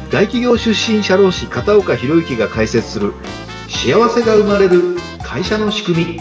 大企業出身社労士片岡博之が解説する幸せが生まれる会社の仕組み。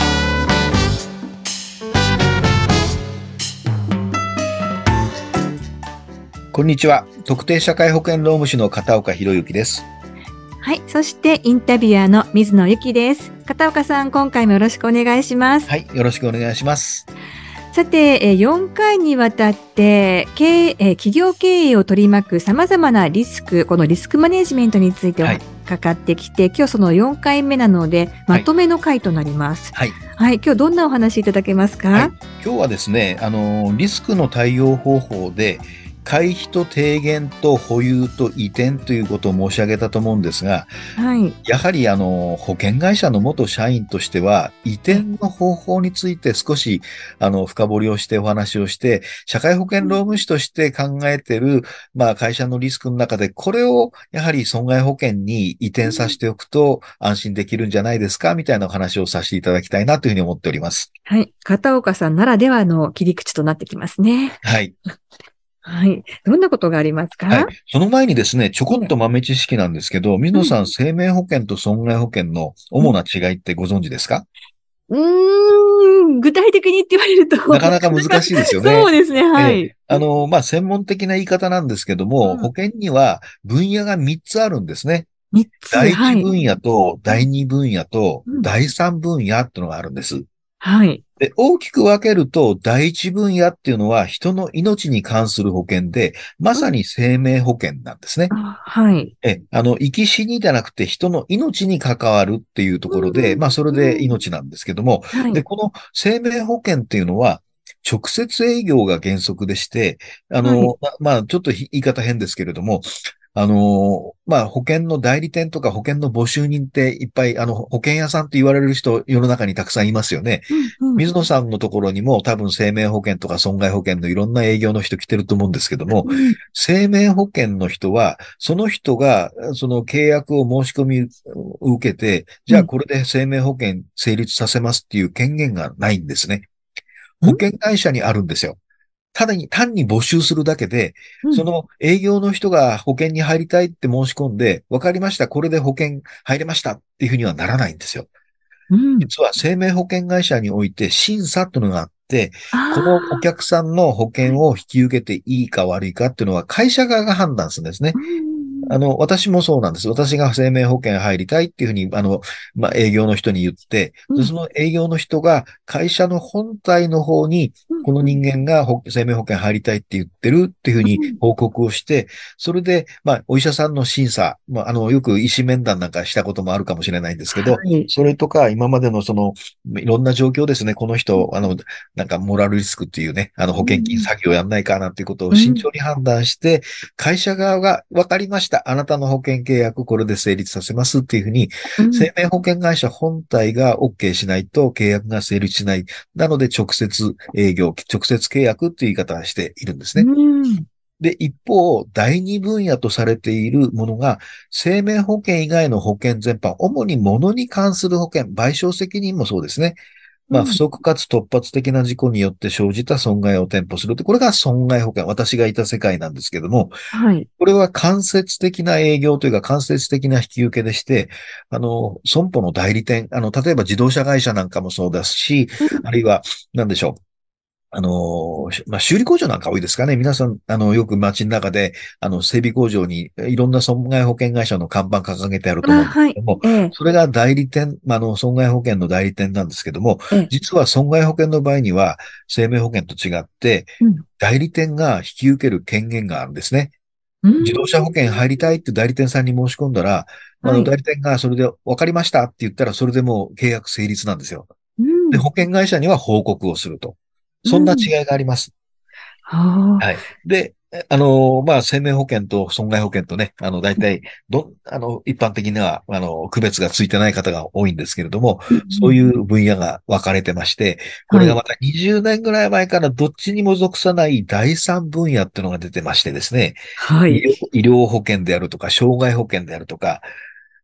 こんにちは。特定社会保険労務士の片岡博之です。 はい、そしてインタビュアーの水野由紀です。片岡さん、今回もよろしくお願いします。 はい、よろしくお願いします。 さて、4回にわたって企業経営を取り巻くさまざまなリスク、このリスクマネジメントについてかかってきて、今日その4回目なのでまとめの回となります。はい、はい、今日どんなお話いただけますか？ はい、今日はですね、リスクの対応方法で回避と低減と保有と移転ということを申し上げたと思うんですが、はい、やはり保険会社の元社員としては移転の方法について少し深掘りをしてお話をして、社会保険労務士として考えている、会社のリスクの中でこれをやはり損害保険に移転させておくと安心できるんじゃないですかみたいなお話をさせていただきたいなというふうに思っております。 はい、片岡さんならではの切り口となってきますね。 はい。 はい。どんなことがありますか？ はい。その前にですね、ちょこっと豆知識なんですけど、水野さん、生命保険と損害保険の主な違いってご存知ですか？ 具体的にって言われると。 なかなか難しいですよね。 そうですね、はい。 専門的な言い方なんですけども、保険には分野が3つあるんですね。 3つ、 第1分野と第2分野と第3分野っていうのがあるんです。はい。で、大きく分けると、第一分野っていうのは人の命に関する保険で、まさに生命保険なんですね。はい。生き死にじゃなくて人の命に関わるっていうところで、それで命なんですけども、で、この生命保険っていうのは、直接営業が原則でして、ちょっと言い方変ですけれども、保険の代理店とか保険の募集人っていっぱい、保険屋さんって言われる人、世の中にたくさんいますよね。水野さんのところにも多分生命保険とか損害保険のいろんな営業の人来てると思うんですけども、生命保険の人は、その人がその契約を申し込みを受けて、じゃあこれで生命保険成立させますっていう権限がないんですね。保険会社にあるんですよ。単に募集するだけで、その営業の人が保険に入りたいって申し込んで、わかりました、これで保険入れましたっていうふうにはならないんですよ。実は生命保険会社において審査っていうのがあって、このお客さんの保険を引き受けていいか悪いかっていうのは会社側が判断するんですね。私もそうなんです。私が生命保険入りたいっていうふうに、営業の人に言って、その営業の人が会社の本体の方に、この人間が生命保険入りたいって言ってるっていうふうに報告をして、それで、お医者さんの審査、よく医師面談なんかしたこともあるかもしれないんですけど、それとか、今までのいろんな状況ですね、この人、なんかモラルリスクっていうね、保険金詐欺をやんないかなっていうことを慎重に判断して、会社側が分かりました。あなたの保険契約これで成立させますっていうふうに、生命保険会社本体が OK しないと契約が成立しない。なので直接営業、直接契約っていう言い方をしているんですね。で、一方、第二分野とされているものが、生命保険以外の保険全般、主に物に関する保険、賠償責任もそうですね。不足かつ突発的な事故によって生じた損害を転保するって、これが損害保険。私がいた世界なんですけども、これは間接的な営業というか間接的な引き受けでして、損保の代理店、例えば自動車会社なんかもそうですし、あるいは、なんでしょう。修理工場なんか多いですかね。皆さん、よく街の中で、整備工場にいろんな損害保険会社の看板掲げてあると思うんですけども、それが代理店、損害保険の代理店なんですけども、実は損害保険の場合には、生命保険と違って、代理店が引き受ける権限があるんですね。自動車保険入りたいって代理店さんに申し込んだら、代理店がそれで分かりましたって言ったら、それでもう契約成立なんですよ。で、保険会社には報告をすると。そんな違いがあります。はい。で、生命保険と損害保険とね、大体、一般的には、区別がついてない方が多いんですけれども、そういう分野が分かれてまして、これがまた20年ぐらい前からどっちにも属さない第三分野っていうのが出てましてですね、医療保険であるとか、障害保険であるとか、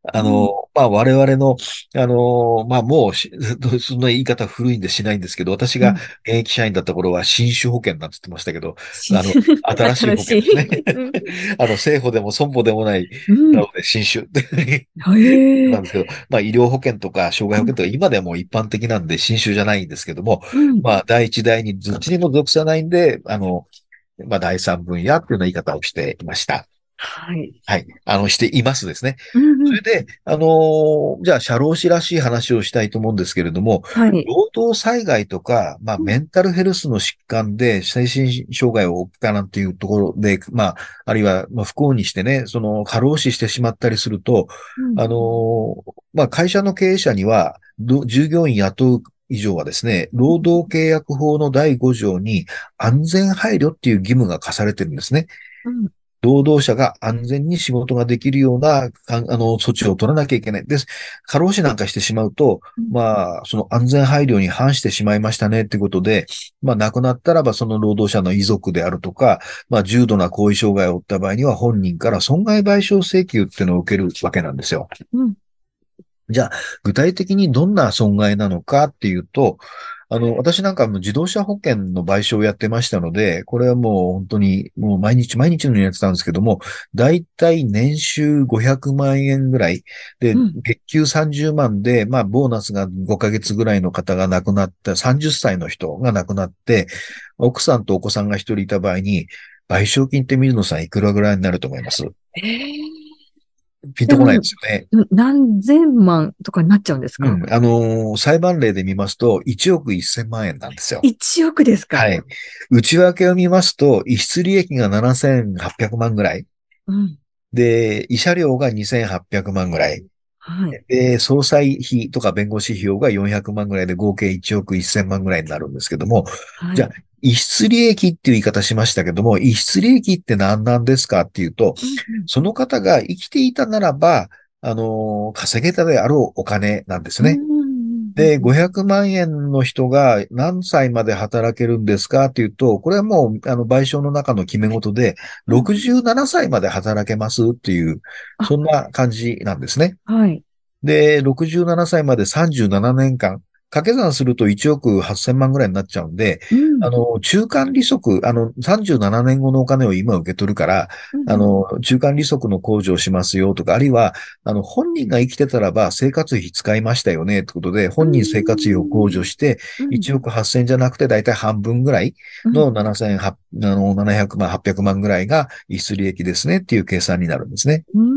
うん。 まあ、我々の、まあ、もうそんな言い方古いんでしないんですけど、私がうん。 現役社員だった頃は新種保険なんて言ってましたけど、 し新しい保新しい。 険ですね。 うん。 政保でも損保でもない、 うん。 なので新種ってへえ。 なんですけど、まあ、医療保険とか障害うん。 保険とか今でも一般的なんで新種じゃないんですけども、 うん。 まあ、第一、第二、どっちにも属さないんで、まあ、第三分野っていうような言い方をしていました。 はい。 はい。していますですね。 うんうん。 それで、じゃあ、社労士らしい話をしたいと思うんですけれども、 はい。 労働災害とか、まあ、 うん。 メンタルヘルスの疾患で精神障害を負ったなんていうところで、まあ、あるいは、まあ、不幸にしてね、過労死してしまったりすると、 うん。 まあ、会社の経営者には、従業員雇う以上はですね、労働契約法の第5条に安全配慮っていう義務が課されてるんですね。 うん。 労働者が安全に仕事ができるような、措置を取らなきゃいけない。です。過労死なんかしてしまうと、 うん。 まあ、その安全配慮に反してしまいましたねってことで、まあ、亡くなったらばその労働者の遺族であるとか、まあ、重度な後遺障害を負った場合には本人から損害賠償請求っていうのを受けるわけなんですよ。 うん。 じゃあ、具体的にどんな損害なのかっていうと、私なんかも自動車保険の賠償をやってましたので、これはもう本当にもう毎日毎日のようにやってたんですけども、だいたい年収500万円ぐらいで、 うん。 月給30万で、まあ、ボーナスが5ヶ月ぐらいの方が亡くなった、30歳の人が亡くなって、奥さんとお子さんが一人いた場合に、賠償金って水野さんいくらぐらいになると思います？ピンとこないででも、 すよね。 何千万とかになっちゃうんですか？ うん。裁判例で見ますと、1億1000万円なんですよ。 1 億ですか？ はい。内訳を見ますと、逸失利益が7800万ぐらい。 うん。 で、慰謝料が2800万ぐらい。 はい。 で、総裁費とか弁護士費用が400万ぐらいで合計1億1000万ぐらいになるんですけども、 はい。 じゃあ、逸失利益っていう言い方しましたけども、逸失利益って何なんですかっていうと、 うんうん。 その方が生きていたならば、稼げたであろうお金なんですうんね。 うんうんで、 うん。 500万円の人が何歳まで働けるんですかっていうと、これはもう、賠償の中の決め事で、 うん。 67歳まで働けますっていう、 あ、 そんな感じなんですね。 はい。 で、67歳まで37年間、掛け算すると1億8000万ぐらいになっちゃうんで、 うん。 中間利息、37年後のお金を今受け取るから、 うんうん。 中間利息の控除をしますよとか、あるいは、本人が生きてたらば生活費使いましたよねってことで、 う本人生活費を控除ん。 して、 うん。 1億8000じゃなくて、だいたい半分ぐらいうん。 の700万、800万ぐらいが逸失利益ですねっていう計算になるんですね。 うん。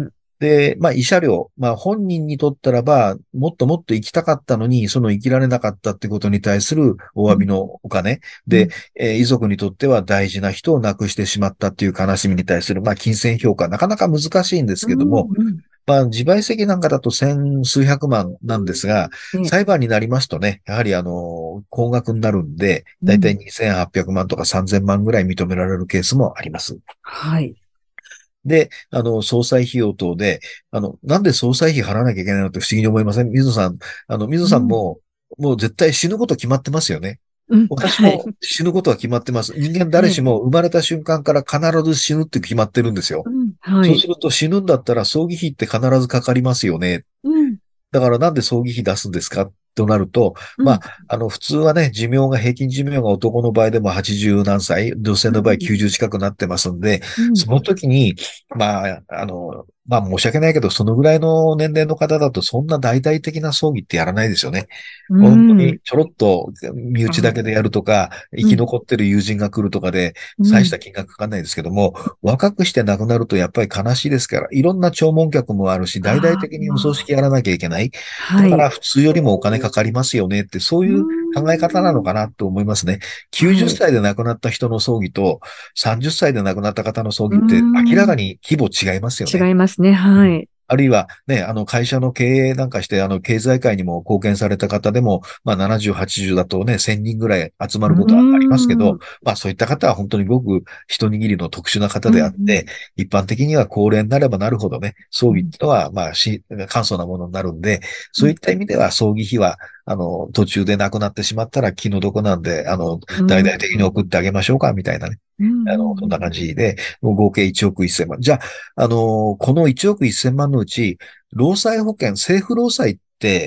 で、まあ、慰謝料。まあ、本人にとったらば、もっともっと生きたかったのに、その生きられなかったってことに対するお詫びのお金。で、 うん。 遺族にとっては大事な人を亡くしてしまったっていう悲しみに対する、まあ、金銭評価。なかなか難しいんですうん。 けども、 うん。 まあ、自賠責なんかだと千数百万なんですが、 ね。 裁判になりますとね、やはり高額になるんで、だいたいうん。 2800万とか3000万ぐらい認められるケースもあります。 はい。 で、総裁費用等で、なんで総裁費払わなきゃいけないのって不思議に思いません？水野さん、水野うん。 さんも、もう絶対死ぬこと決まってますよね。 うん。はい。 私も死ぬことは決まってます。人間誰しええ。 も生まれた瞬間から必ず死ぬって決まってるんですよ。 うん。はい。 そうすると死ぬんだったら葬儀費って必ずかかりますよね。 うん。 だからなんで葬儀費出すんですかとなると、 うん。 まあ、普通はね、平均寿命が男の場合でも80何歳、女性の場合うん。 90近くなってますんで、 うん。 その時に、まあ、まあ申し訳ないけど、そのぐらいの年齢の方だとそんな大々的な葬儀ってやらないですよね。 う本当にん。 ちょろっと身内だあ、 けでやるとか、生うん。 き残ってる友人が来るとかで、 うん。 大した金額かかんないですけども、若くして亡くなるとやっぱり悲しいですから、いろんな弔問客もあるし、大々 あ的にお葬式あ。 やらなきゃいけない。だはい。 から普通よりもお金かかりますよねって、そうういう考え方なのん。 かなと思いますね。90 はい。 歳で亡くなった人の葬儀と30歳で亡くなった方の葬う儀って明らかん。 に規模違いますよね。 違いますね。 うん。 はい。 あるいはね、会社の経営なんかして、経済界にも貢献された方でも、まあ70、80だとね、1000人ぐらい集まうることはありますけど、 ん。 まあそういった方は本当にごく一握りの特殊な方うん。 であっうん。 て、一般的には高齢になればなるほどね、葬儀っうん。 てのは、まあ簡素なものになるんで、 うん。 そういった意味では葬儀費は、途中で亡くなってしまったら気の毒なんで、 う大々的にん。 送ってあげましょうか、みたいなね。 うん。うそんなん。 感じで、もう合計1億1000万。じゃあ、この1億1000万のうち、 労災保険、政府労災って、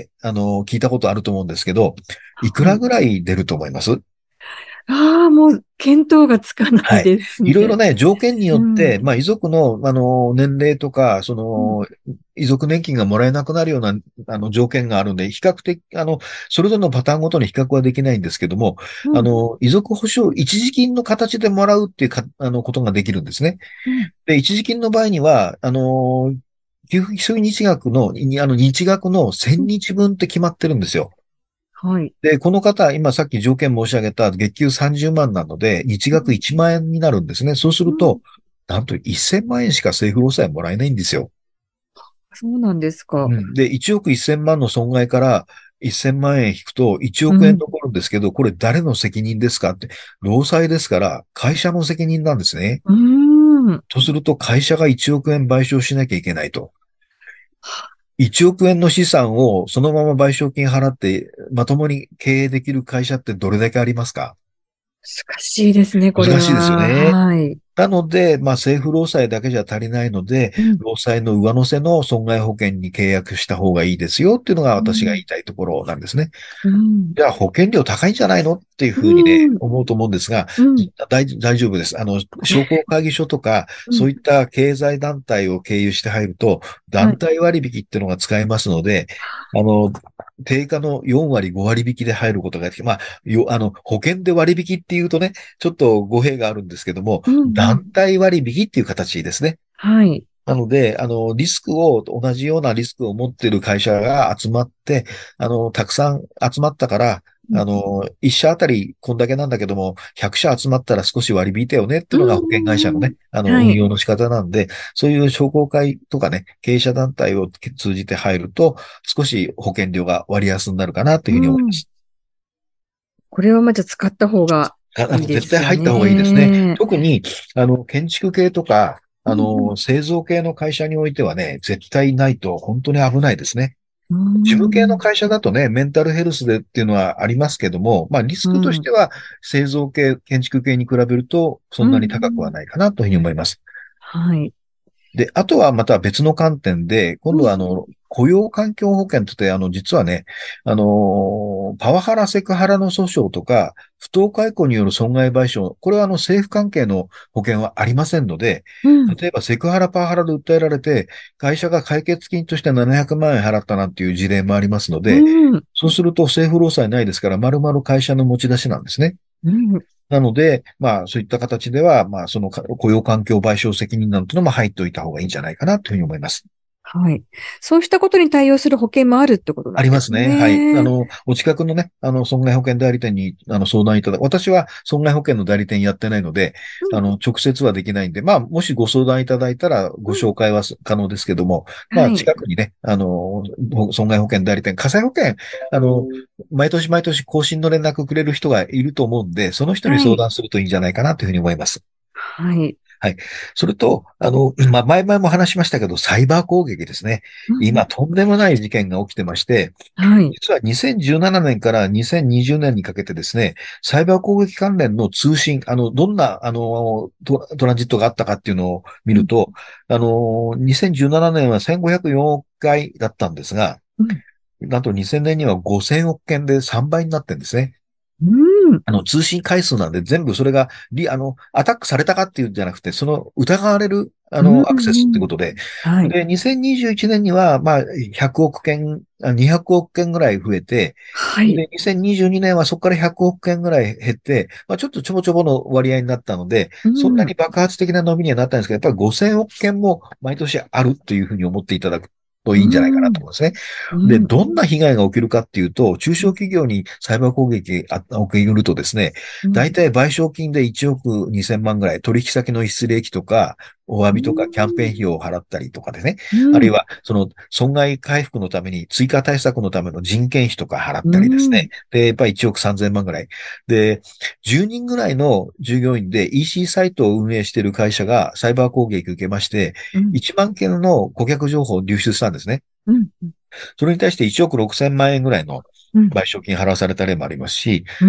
聞いたことあると思うんですけど、いくはい。 らぐらい出ると思います？ ああ、もう見当がつかないはい。 ですね。 いろいろね、条件にようって、 ん。 まあ、遺族の、年齢とか、 うん。 遺族年金がもらえなくなるような、条件があるんで、比較的、それぞれのパターンごとに比較はできないんですけども、 うん。 遺族保障、一時金の形でもらうっていうか、ことができるんですね。 うん。 で、一時金の場合には、給付基礎日額の、日額の1000 うん。 日分って決まってるんですよ。 はい。 で、この方、今さっき条件申し上げた月給30万なので、日額うん。 1万円になるんですね。そうすうん。 ると、なんと1000万円しか政府労災もらえないんですよ。 そうなんですか。 うん。で、1億1000万の損害から1000万円引くと1 うん。 億円残るんですけど、これ誰の責任ですかって、労災ですから会社の責任なんですね。 うーん。 とすると会社が1億円賠償しなきゃいけないと。1億円の資産をそのまま賠償金払ってまともに経営できる会社ってどれだけありますか？ 難しいですね、これ難しいですよは。 ね。 はい。 なので、まあ、政府労災だけじゃ足りないので、 うん。 労災の上乗せの損害保険に契約した方がいいですよっていうのがうん。 私が言いたいところなんですね。 うん。 じゃあ保険料高いんじゃないのっていううふうにね、 ん。 思うと思うんですが、 うん。 大丈夫です。商工会議所とか、 うん。 そういった経済団体を経由して入ると、 はい。 団体割引っていうのが使えますので、あの、定価の4割、5割引きで入ることができまあ、保険で割引っていうとね、ちょっと語弊があるんですけども、 うん。うん。 団体割引っていう形ですね。 はい。 なので、リスクを、同じようなリスクを持っている会社が集まって、たくさん集まったから、 うん。 一社あたりこんだけなんだけども、100社集まったら少し割り引いたよねってういうのが保険会社のん。 ね、 うん。はい。 運用の仕方なんで、そういう商工会とかね、経営者団体を通じて入ると、少し保険料が割安になるかなというふうに思いうん。 ます。 これはまず使った方がいいで絶対すよ入った方がいいですね。 ね。 特に、建築系とか、 うん製造系の会社においてはね、絶対ないと本当に危ないですね。 う事務系のん。 会社だとね、メンタルヘルスでっていうのはありますけども、まあリスクとしうん。 ては製造系、建築系に比べるとそうん。うんなに高くはん。 ないかなというふうに思います。 はい。 で、あとはまた別の観点で、今うん。 度は雇用環境保険といって、実はね、パワハラ、セクハラの訴訟とか、不当解雇による損害賠償、これは政府関係の保険はありませんので、 うん。 例えばセクハラ、パワハラで訴えられて、会社が解決金として700万円払ったなんていう事例もありますのうで、 ん。 そうすると政府労災ないですから、丸々会社の持ち出しなんですね。 うん。 なので、まあ、そういった形では、まあ、その雇用環境賠償責任なんてのも入っておいた方がいいんじゃないかなというふうに思います。 はい。そうしたことに対応する保険もあるってことなんですありますね。はい。 ね。 お近くのね、損害保険代理店に、相談いただく。私は損害保険の代理店やってないので、 うん。 直接はできないんで、まあ、もしご相談いただいたらごうん。 紹介は可能ですけども、まあ、 はい。 近くにね、損害保険代理店、火災保険、毎年毎年更新の連絡くれる人がいると思うんで、その人にはい。 相談するといいんじゃないかなというふうに思います。 はい。 はい。それと、まあ、前々も話しましたけど、サイバー攻撃ですね。今、 うん。うん。 とんでもない事件が起きてまして、 はい。 実は2017年から2020年にかけてですね、サイバー攻撃関連の通信、どんな、トランジットがあったかっていうのを見うん。 ると、2017年は1504億回だったんですが、 うん。 なんと2000年には5000億件で3倍になってるんですね。 うん。 通信回数なんで全部それがアタックされたかっていうんじゃなくて、その疑われる、 うん。 アクセスってうん。 ことで、 はい。 で、2021年には、まあ、100億件、200億件ぐらい増えて、 はい。 で、2022年はそこから100億件ぐらい減って、まあ、ちょっとちょぼちょぼの割合になったので、 うん。 そんなに爆発的な伸びにはなったんですけど、やっぱり5000億件も毎年あるというふうに思っていただくといいんじゃないかなうん。 と思うんですね。で、 うん。 どんな被害が起きるかっていうと、中小企業にサイバー攻撃が起きるとですね、 うん。 大体賠償金で1億2000万ぐらい、取引先の失礼期とか、お詫うびとかキャンペーンん。 費用を払ったりとかでね、 うん。 あるいはその損害回復のために追加対策のための人件費とか払っうたりですね。 ん。 で、やっぱり1億3000万ぐらい。で、10人ぐらいの従業員で EC サイトを運営している会社がサイバー攻撃を受けまして、 うん。 1万件の顧客情報を流出したんですね。 うん。 それに対して1億6000万円ぐらいのうん。 賠償金払わされた例もありますし、 うん。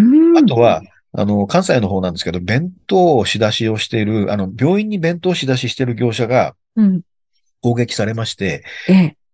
あとは、関西の方なんですけど、弁当を仕出しをしている、病院に弁当を仕出ししている業者がうん。 攻撃されまして、 ええ。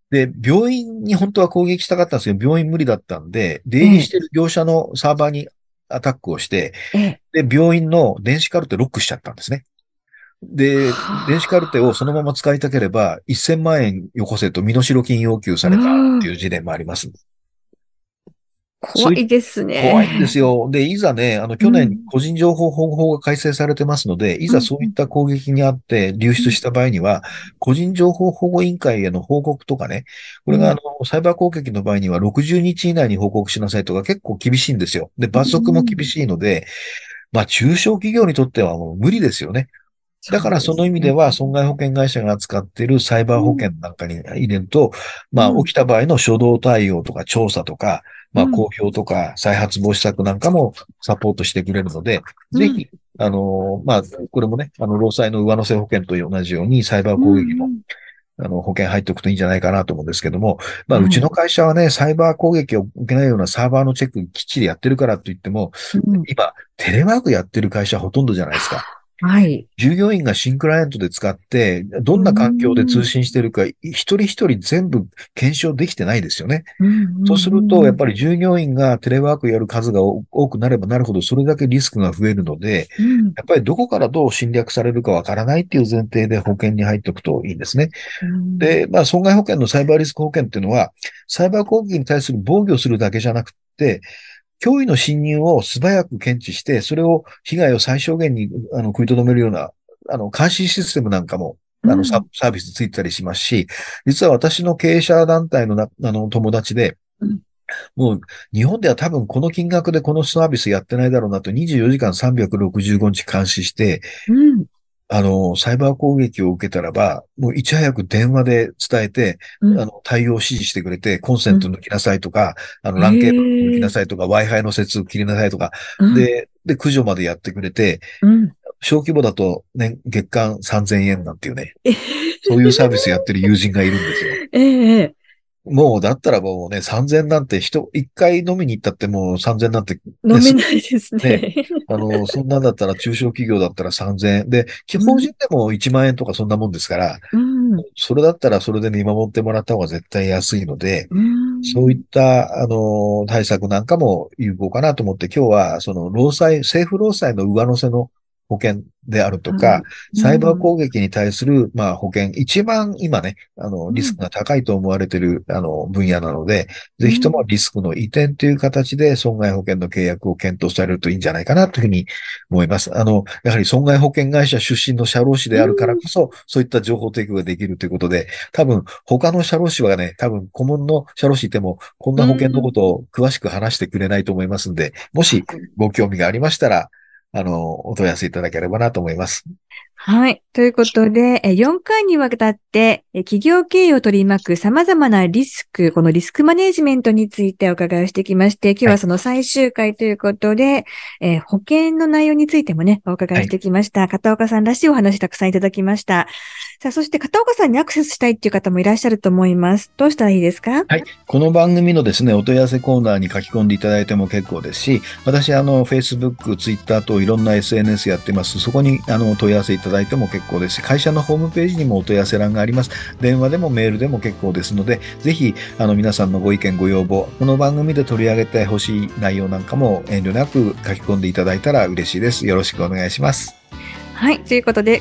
で、病院に本当は攻撃したかったんですけど、病院無理だったんで、出入りしてる業者のサーバーにアタックをして、で、病院の電子カルテロックしちゃったんですね。で、電子カルテをそのまま使いたければ、1000万円よこせと身代金要求されたっていう事例もあります。 怖いですね。 怖いんですよ。で、いざね、去年、個人情報保護法が改正されてますので、いざそういった攻撃にあって流出した場合には、個人情報保護委員会への報告とかね、これがサイバー攻撃の場合には60日以内に報告しなさいとか結構厳しいんですよ。で、罰則も厳しいので、まあ、中小企業にとってはもう無理ですよね。だからその意味では、損害保険会社が使っているサイバー保険なんかに入れると、まあ、起きた場合の初動対応とか調査とか、まあ、公表とか再発防止策なんかもサポートしてくれるので、ぜひ、まあ、これもね、労災の上乗せ保険と同じように、サイバー攻撃の、保険入っておくといいんじゃないかなと思うんですけども、まあ、うちの会社はね、サイバー攻撃を受けないようなサーバーのチェックきっちりやってるからといっても、今、テレワークやってる会社ほとんどじゃないですか。 はい。 従業員が新クライアントで使って、どんな環境で通信してるか、一人一人全部検証できてないですよね。そうすると、やっぱり従業員がテレワークやる数が多くなればなるほど、それだけリスクが増えるので、やっぱりどこからどう侵略されるかわからないっていう前提で保険に入っておくといいんですね。で、まあ、損害保険のサイバーリスク保険っていうのは、サイバー攻撃に対する防御するだけじゃなくて、脅威の侵入を素早く検知して、それを被害を最小限に食い止めるような、監視システムなんかも、サービスついてたりしますし、実は私の経営者団体の友達で、もう、日本では多分この金額でこのサービスやってないだろうなと24時間365日監視して、サイバー攻撃を受けたらば、もういち早く電話で伝えて、対応を指示してくれて、コンセント抜きなさいとか、LAN ケーブル抜きなさいとか、Wi-Fi の接続切りなさいとか、で、駆除までやってくれて、小規模だとね、月間3000円なんていうね、そういうサービスやってる友人がいるんですよ。もう、だったらもうね、3000なんて一回飲みに行ったってもう3000なんて、 ね、飲めないですね。 そんなんだったら中小企業だったら3000円。で、法人でも1万円とかそんなもんですから、それだったらそれで見守ってもらった方が絶対安いので、そういった、対策なんかも有効かなと思って、今日は、政府労災の上乗せの保険であるとか、サイバー攻撃に対する、まあ、保険、一番今ね、リスクが高いと思われている、分野なので、ぜひともリスクの移転という形で損害保険の契約を検討されるといいんじゃないかなというふうに思います。やはり損害保険会社出身の社労士であるからこそ、そういった情報提供ができるということで、多分、他の社労士はね、多分、顧問の社労士いても、こんな保険のことを詳しく話してくれないと思いますんで、もしご興味がありましたら、お問い合わせいただければなと思います。 はい。ということで、4回にわたって、企業経営を取り巻く様々なリスク、このリスクマネジメントについてお伺いをしてきまして、今日はその最終回ということで、保険の内容についてもね、お伺いしてきました。片岡さんらしいお話たくさんいただきました。さあ、そして片岡さんにアクセスしたいっていう方もいらっしゃると思います。どうしたらいいですか？ はい。この番組のですね、お問い合わせコーナーに書き込んでいただいても結構ですし、私、Facebook、Twitter といろんな SNS やってます。そこに、問い合わせいただいても結構ですし、会社のホームページにもお問い合わせ欄があります。電話でもメールでも結構ですので、ぜひ、皆さんのご意見、ご要望、この番組で取り上げてほしい内容なんかも遠慮なく書き込んでいただいたら嬉しいです。よろしくお願いします。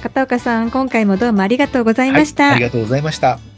はい。ということで、片岡さん、今回もどうもありがとうございました。 はい、ありがとうございました。